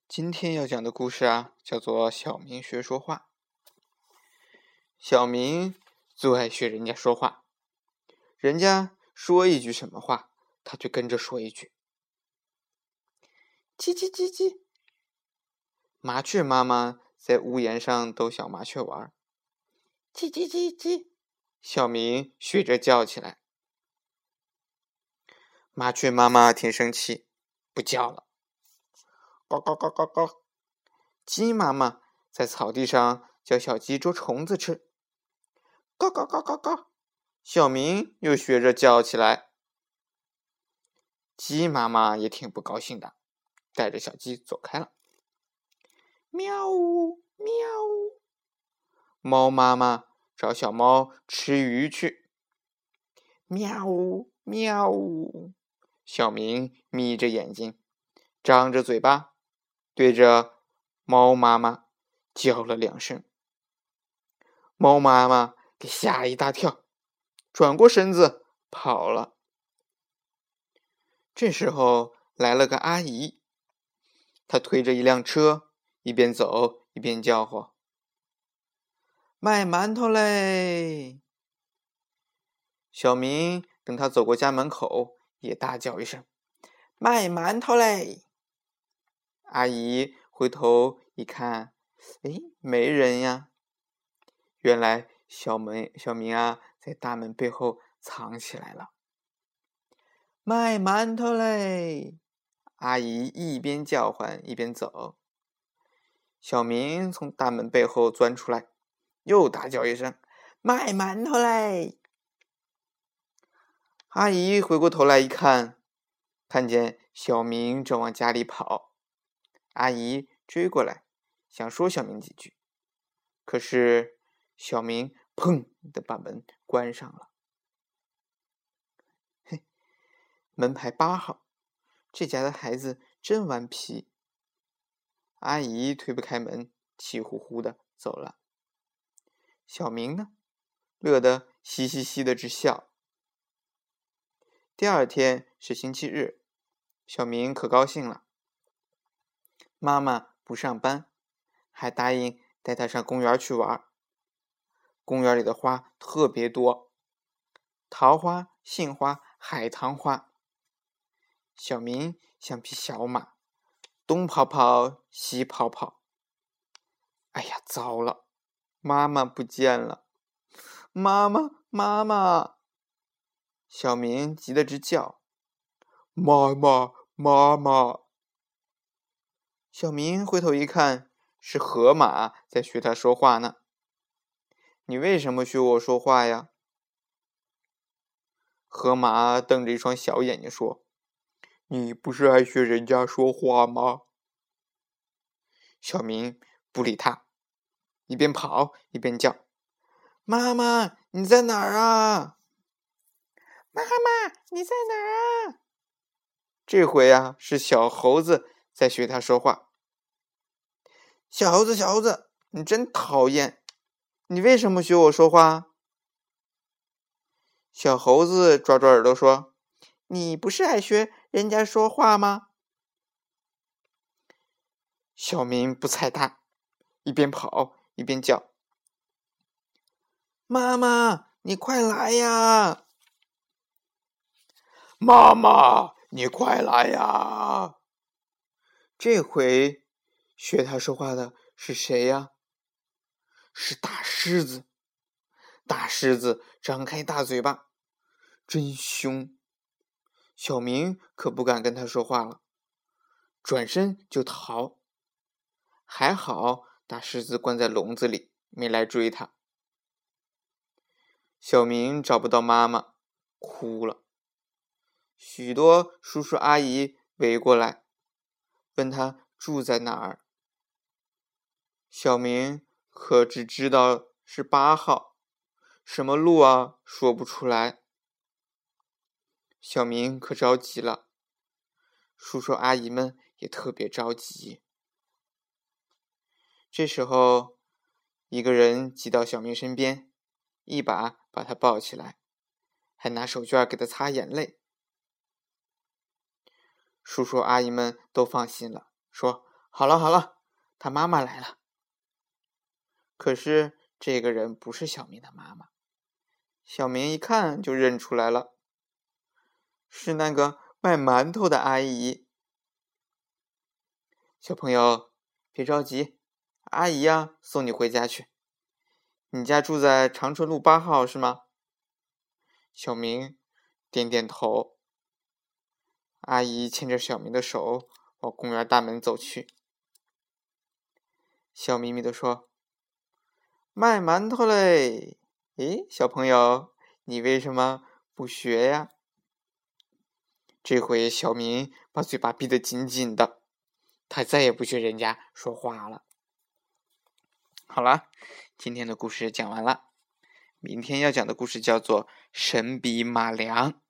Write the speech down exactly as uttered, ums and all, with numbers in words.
今天要讲的故事啊，叫做小明学说话。小明最爱学人家说话，人家说一句什么话，他就跟着说一句。叽叽叽叽，麻雀妈妈在屋檐上逗小麻雀玩。叽叽叽叽，小明学着叫起来。麻雀妈妈挺生气，不叫了。呱呱呱呱呱，鸡妈妈在草地上教小鸡捉虫子吃。呱呱呱呱呱，小明又学着叫起来。鸡妈妈也挺不高兴的，带着小鸡走开了。喵呜喵呜，猫妈妈找小猫吃鱼去。喵呜喵呜，小明眯着眼睛，张着嘴巴，对着猫妈妈叫了两声。猫妈妈给吓一大跳，转过身子跑了。这时候来了个阿姨，她推着一辆车，一边走一边叫唤：卖馒头嘞！小明等他走过家门口，也大叫一声：卖馒头嘞！阿姨回头一看，哎，没人呀。原来小门小明啊，在大门背后藏起来了。卖馒头嘞！阿姨一边叫唤一边走。小明从大门背后钻出来，又大叫一声：卖馒头嘞！阿姨回过头来一看，看见小明正往家里跑。阿姨追过来，想说小明几句，可是小明砰的把门关上了。嘿，门牌八号，这家的孩子真顽皮。阿姨推不开门，气呼呼的走了。小明呢，乐得嘻嘻嘻的直笑。第二天是星期日，小明可高兴了。妈妈不上班，还答应带他上公园去玩。公园里的花特别多，桃花、杏花、海棠花。小明像匹小马，东跑跑西跑跑。哎呀，糟了，妈妈不见了！妈妈，妈妈！小明急得直叫：妈妈，妈妈！小明回头一看，是河马在学他说话呢。你为什么学我说话呀？河马瞪着一双小眼睛说：你不是爱学人家说话吗？小明不理他，一边跑一边叫：妈妈，你在哪儿啊？妈妈，你在哪儿啊？这回啊，是小猴子在学他说话。小猴子，小猴子，你真讨厌！你为什么学我说话？小猴子抓抓耳朵说：你不是爱学人家说话吗？小明不睬他，一边跑一边叫：妈妈，你快来呀！妈妈，你快来呀！这回学他说话的是谁呀？是大狮子。大狮子张开大嘴巴，真凶。小明可不敢跟他说话了，转身就逃。还好大狮子关在笼子里，没来追他。小明找不到妈妈，哭了。许多叔叔阿姨围过来，问他住在哪儿。小明可只知道是八号，什么路啊说不出来。小明可着急了，叔叔阿姨们也特别着急。这时候一个人挤到小明身边，一把把他抱起来，还拿手绢给他擦眼泪。叔叔阿姨们都放心了，说： 好了好了，他妈妈来了。可是这个人不是小明的妈妈，小明一看就认出来了，是那个卖馒头的阿姨。小朋友，别着急，阿姨呀，送你回家去。你家住在长春路八号是吗？小明点点头。阿姨牵着小明的手往公园大门走去，笑眯眯地说：“卖馒头嘞！诶，小朋友，你为什么不学呀？”这回小明把嘴巴闭得紧紧的，他再也不学人家说话了。好了，今天的故事讲完了。明天要讲的故事叫做《神笔马良》。